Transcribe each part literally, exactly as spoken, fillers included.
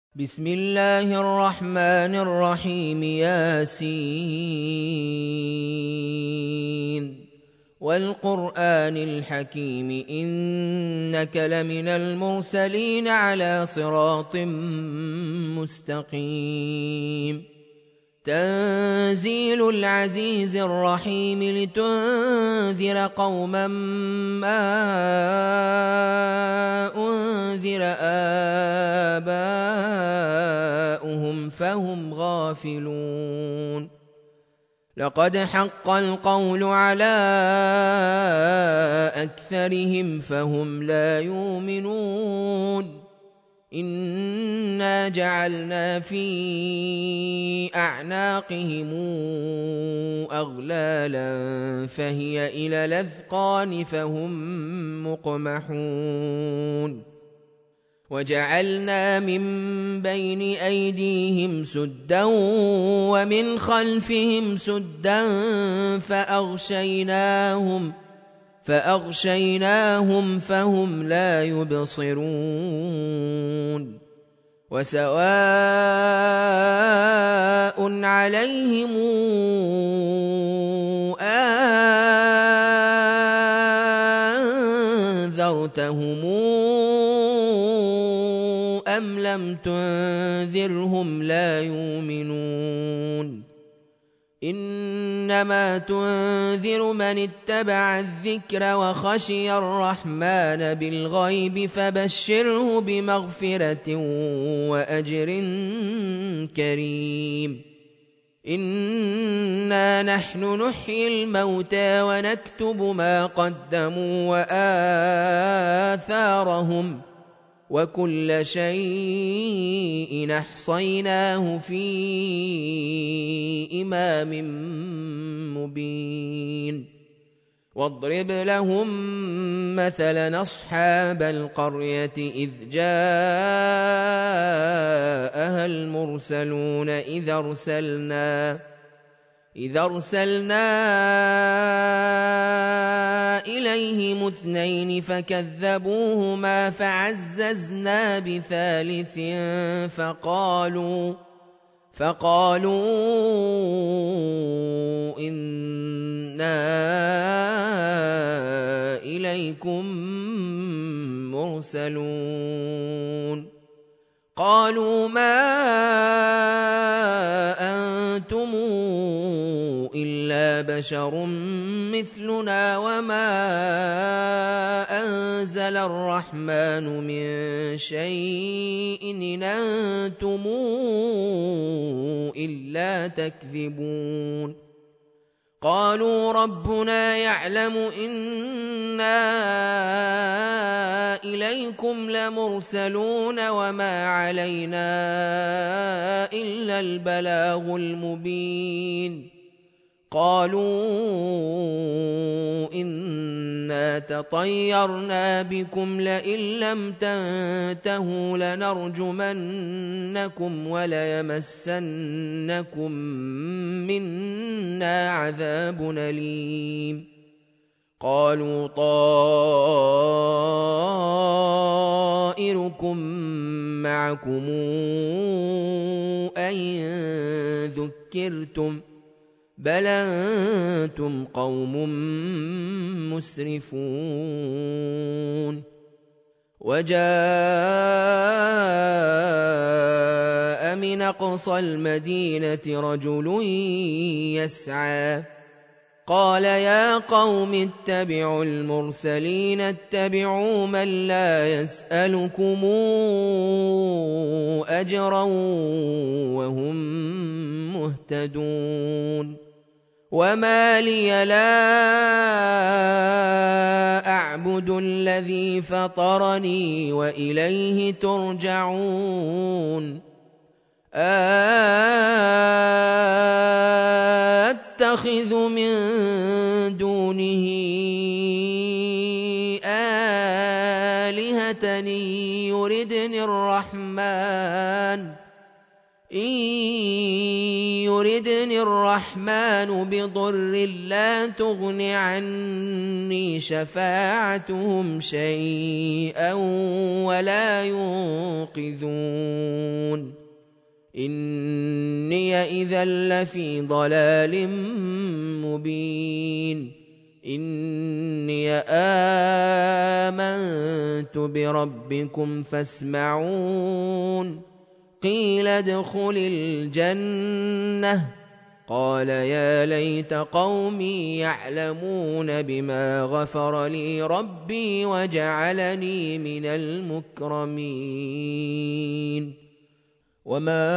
بسم الله الرحمن الرحيم ياسين والقرآن الحكيم إنك لمن المرسلين على صراط مستقيم تنزيل العزيز الرحيم لتنذر قوما ما أنذر آباؤهم فهم غافلون لقد حق القول على أكثرهم فهم لا يؤمنون إنا جعلنا في أعناقهم أغلالا فهي إلى الأذقان فهم مقمحون وجعلنا من بين أيديهم سدا ومن خلفهم سدا فأغشيناهم فأغشيناهم فهم لا يبصرون وسواء عليهم أنذرتهم أم لم تنذرهم لا يؤمنون إنما تنذر من اتبع الذكر وخشي الرحمن بالغيب فبشره بمغفرة وأجر كريم إنا نحن نحيي الموتى ونكتب ما قدموا وآثارهم وكل شيء أحصيناه في إمام مبين واضرب لهم مثلا أصحاب القرية إذ جاءها المرسلون إذ أرسلنا إذا أرسلنا إليهم اثنين فكذبوهما فعززنا بثالث فقالوا فقالوا إنا إليكم مرسلون قالوا ما أنتم إلا بشر مثلنا وما أنزل الرحمن من شيء إن أنتم إلا تكذبون قالوا ربنا يعلم إنا إليكم لمرسلون وما علينا إلا البلاغ المبين قالوا إنا تطيرنا بكم لئن لم تنتهوا لنرجمنكم وليمسنكم منا عذاب أليم قالوا طائركم معكم أئن ذكرتم بل أنتم قوم مسرفون وجاء من أقصى المدينة رجل يسعى قال يا قوم اتبعوا المرسلين اتبعوا من لا يسألكم أجرا وهم مهتدون وما لي لا أعبد الذي فطرني وإليه ترجعون أتخذ من دونه آلهة يردني الرحمن إن يردني الرحمن بضر لا تغن عني شفاعتهم شيئا ولا ينقذون إني إذا لفي ضلال مبين إني آمنت بربكم فاسمعون قيل ادخل الجنة قال يا ليت قومي يعلمون بما غفر لي ربي وجعلني من المكرمين وما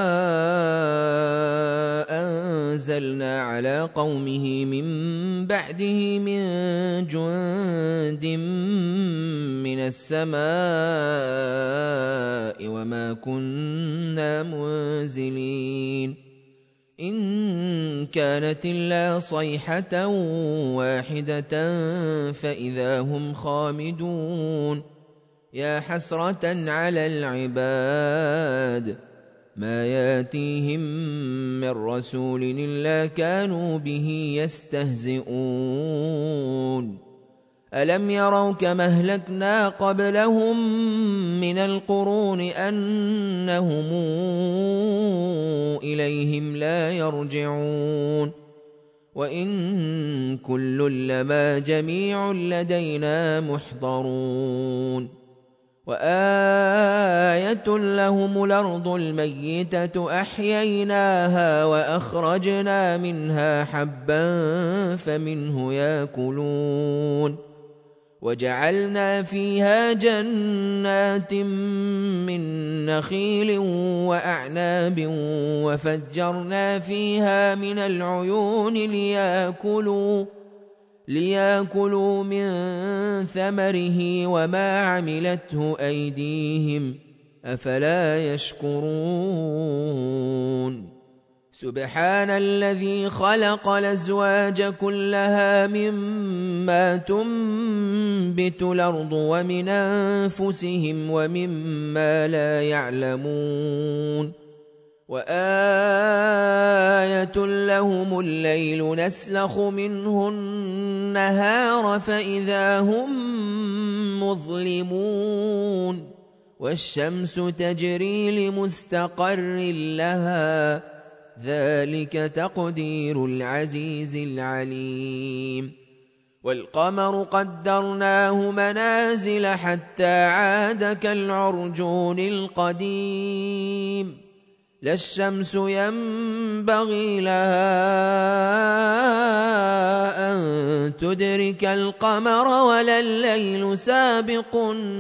أنزلنا على قومه من بعده من جند من السماء وما كنا منزلين إن كانت إلا صيحة واحدة فإذا هم خامدون يا حسرة على العباد ما ياتيهم من رسول إلا كانوا به يستهزئون ألم يروا كما أهلكنا قبلهم من القرون أنهم إليهم لا يرجعون وإن كل لما جميع لدينا محضرون وآية لهم الأرض الميتة أحييناها وأخرجنا منها حبا فمنه يأكلون وجعلنا فيها جنات من نخيل وأعناب وفجرنا فيها من العيون ليأكلوا ليأكلوا من ثمره وما عملته أيديهم أفلا يشكرون سبحان الذي خلق الأزواج كلها مما تنبت الأرض ومن أنفسهم ومما لا يعلمون وآية لهم الليل نسلخ منه النهار فإذا هم مظلمون والشمس تجري لمستقر لها ذلك تقدير العزيز العليم والقمر قدرناه منازل حتى عاد كالعرجون القديم لا الشمس ينبغي لها أن تدرك القمر ولا الليل سابق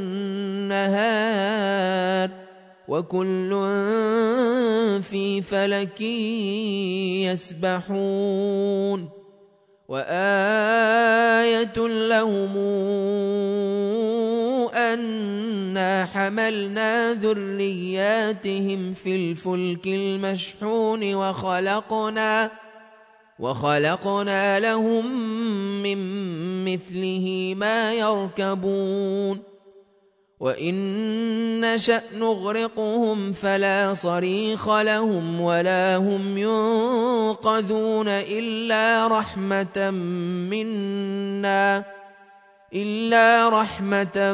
النهار وكل في فلك يسبحون وآية لهم أنا حملنا ذرياتهم في الفلك المشحون وخلقنا وخلقنا لهم من مثله ما يركبون وإن نشأ نغرقهم فلا صريخ لهم ولا هم ينقذون إلا رحمة منا إلا رحمة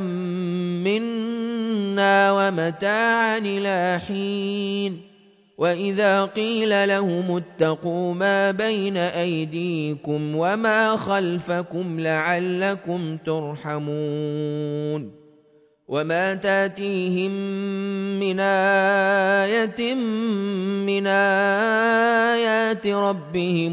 منا ومتاعا إلى حين وإذا قيل لهم اتقوا ما بين أيديكم وما خلفكم لعلكم ترحمون وما تاتيهم من آية من آيات ربهم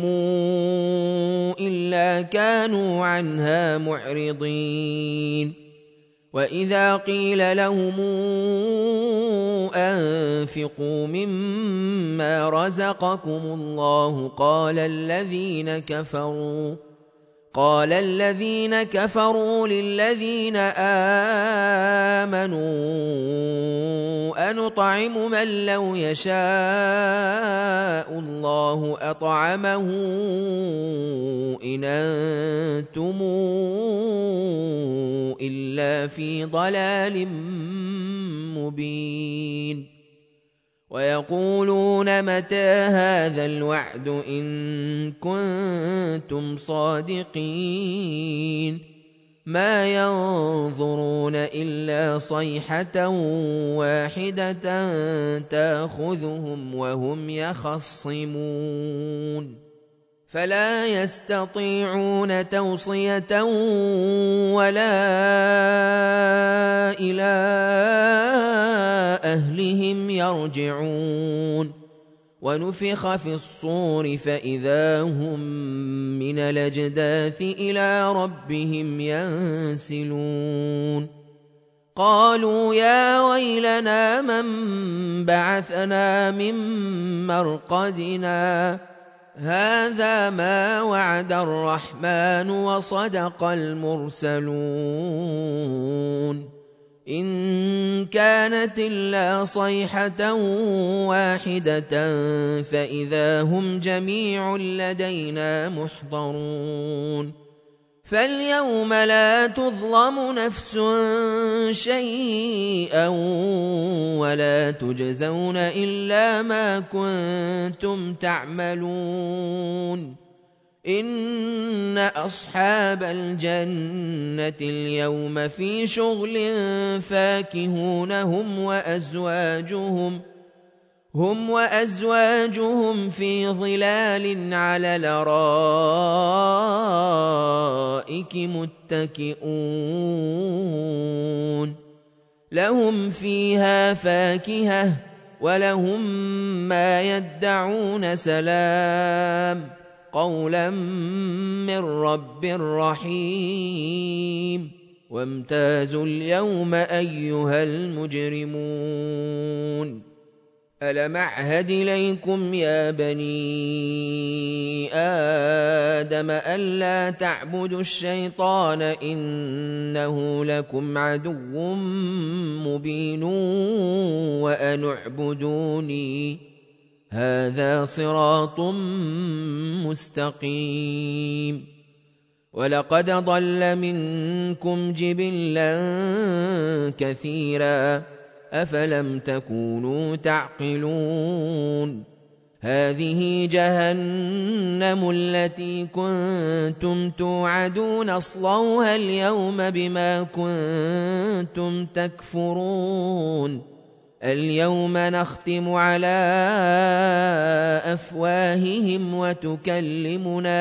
إلا كانوا عنها معرضين وإذا قيل لهم أنفقوا مما رزقكم الله قال الذين كفروا قال الذين كفروا للذين آمنوا أنطعم من لو يشاء الله أطعمه إن أنتم إلا في ضلال مبين ويقولون متى هذا الوعد إن كنتم صادقين ما ينظرون إلا صيحة واحدة تأخذهم وهم يخصمون فلا يستطيعون توصية ولا إلى أهلهم يرجعون ونفخ في الصور فإذا هم من الأجداث إلى ربهم ينسلون قالوا يا ويلنا من بعثنا من مرقدنا هذا ما وعد الرحمن وصدق المرسلون إن كانت إلا صيحة واحدة فإذا هم جميع لدينا محضرون فاليوم لا تظلم نفس شيئا ولا تجزون إلا ما كنتم تعملون إن أصحاب الجنة اليوم في شغل فاكهون هم وأزواجهم هم وأزواجهم في ظلال على الأرائك متكئون لهم فيها فاكهة ولهم ما يدعون سلام قولا من رب رحيم وامتازوا اليوم أيها المجرمون ألم أعهد إليكم يا بني آدم ألا تعبدوا الشيطان إنه لكم عدو مبين وأن اعبدوني هذا صراط مستقيم ولقد ضل منكم جبلا كثيرا أفلم تكونوا تعقلون هذه جهنم التي كنتم توعدون اصلوها اليوم بما كنتم تكفرون اليوم نختم على أفواههم وتكلمنا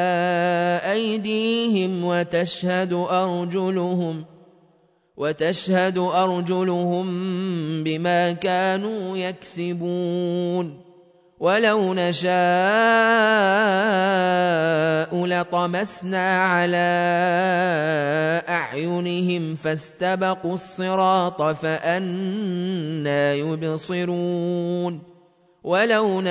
أيديهم وتشهد أرجلهم وتشهد أرجلهم بما كانوا يكسبون ولو نشاء لطمسنا على أعينهم فاستبقوا الصراط فأنى يبصرون ولو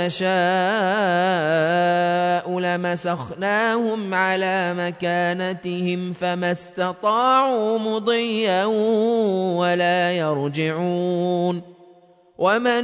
نشاء لمسخناهم على مكانتهم فما استطاعوا مضيا ولا يرجعون ومن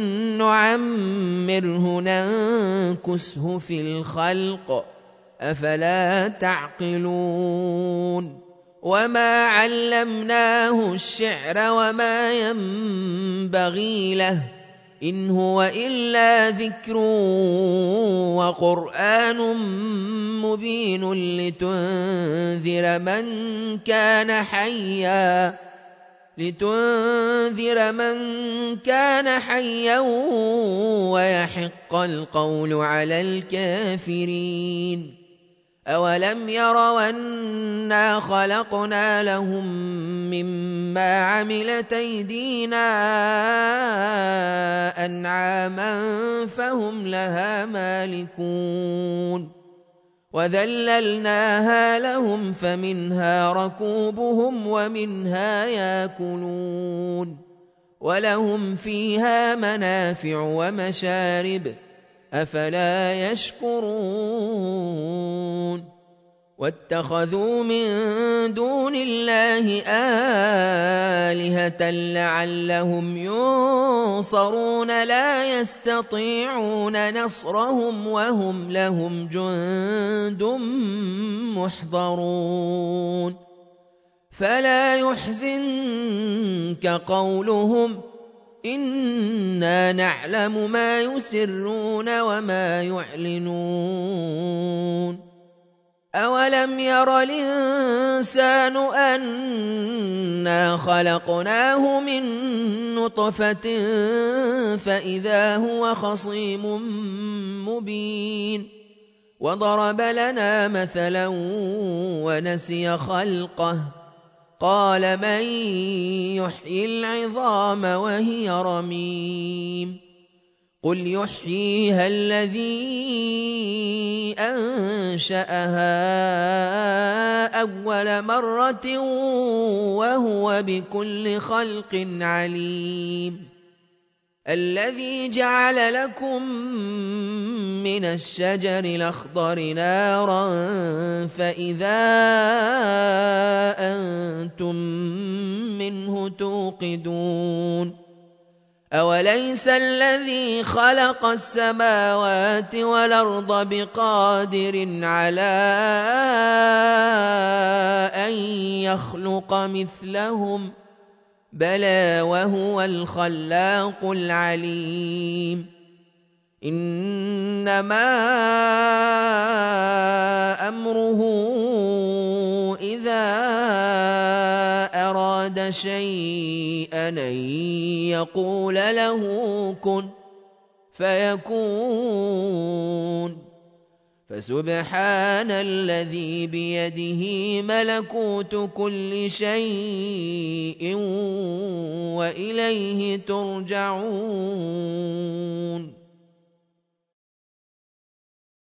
نعمره ننكسه في الخلق أفلا تعقلون وما علمناه الشعر وما ينبغي له إن هو إلا ذكر وقرآن مبين لتنذر من كان حيا لتنذر من كان حيا ويحق القول على الكافرين أولم يروا أنا خلقنا لهم مما عملت أيدينا أنعاما فهم لها مالكون وذللناها لهم فمنها ركوبهم ومنها ياكلون ولهم فيها منافع ومشارب أفلا يشكرون واتخذوا من دون الله آلهة لعلهم ينصرون لا يستطيعون نصرهم وهم لهم جند محضرون فلا يحزنك قولهم إنا نعلم ما يسرون وما يعلنون أولم ير الإنسان أنا خلقناه من نطفة فإذا هو خصيم مبين وضرب لنا مثلا ونسي خلقه قال من يحيي العظام وهي رميم قل يحييها الذي أنشأها أول مرة وهو بكل خلق عليم الذي جعل لكم من الشجر الأخضر نارا فإذا أنتم منه توقدون أوليس الذي خلق السماوات والأرض بقادر على أن يخلق مثلهم بلى وهو الخلاق العليم إنما أمره إذا أراد شيئا أن يقول له كن فيكون فسبحان الذي بيده ملكوت كل شيء وإليه ترجعون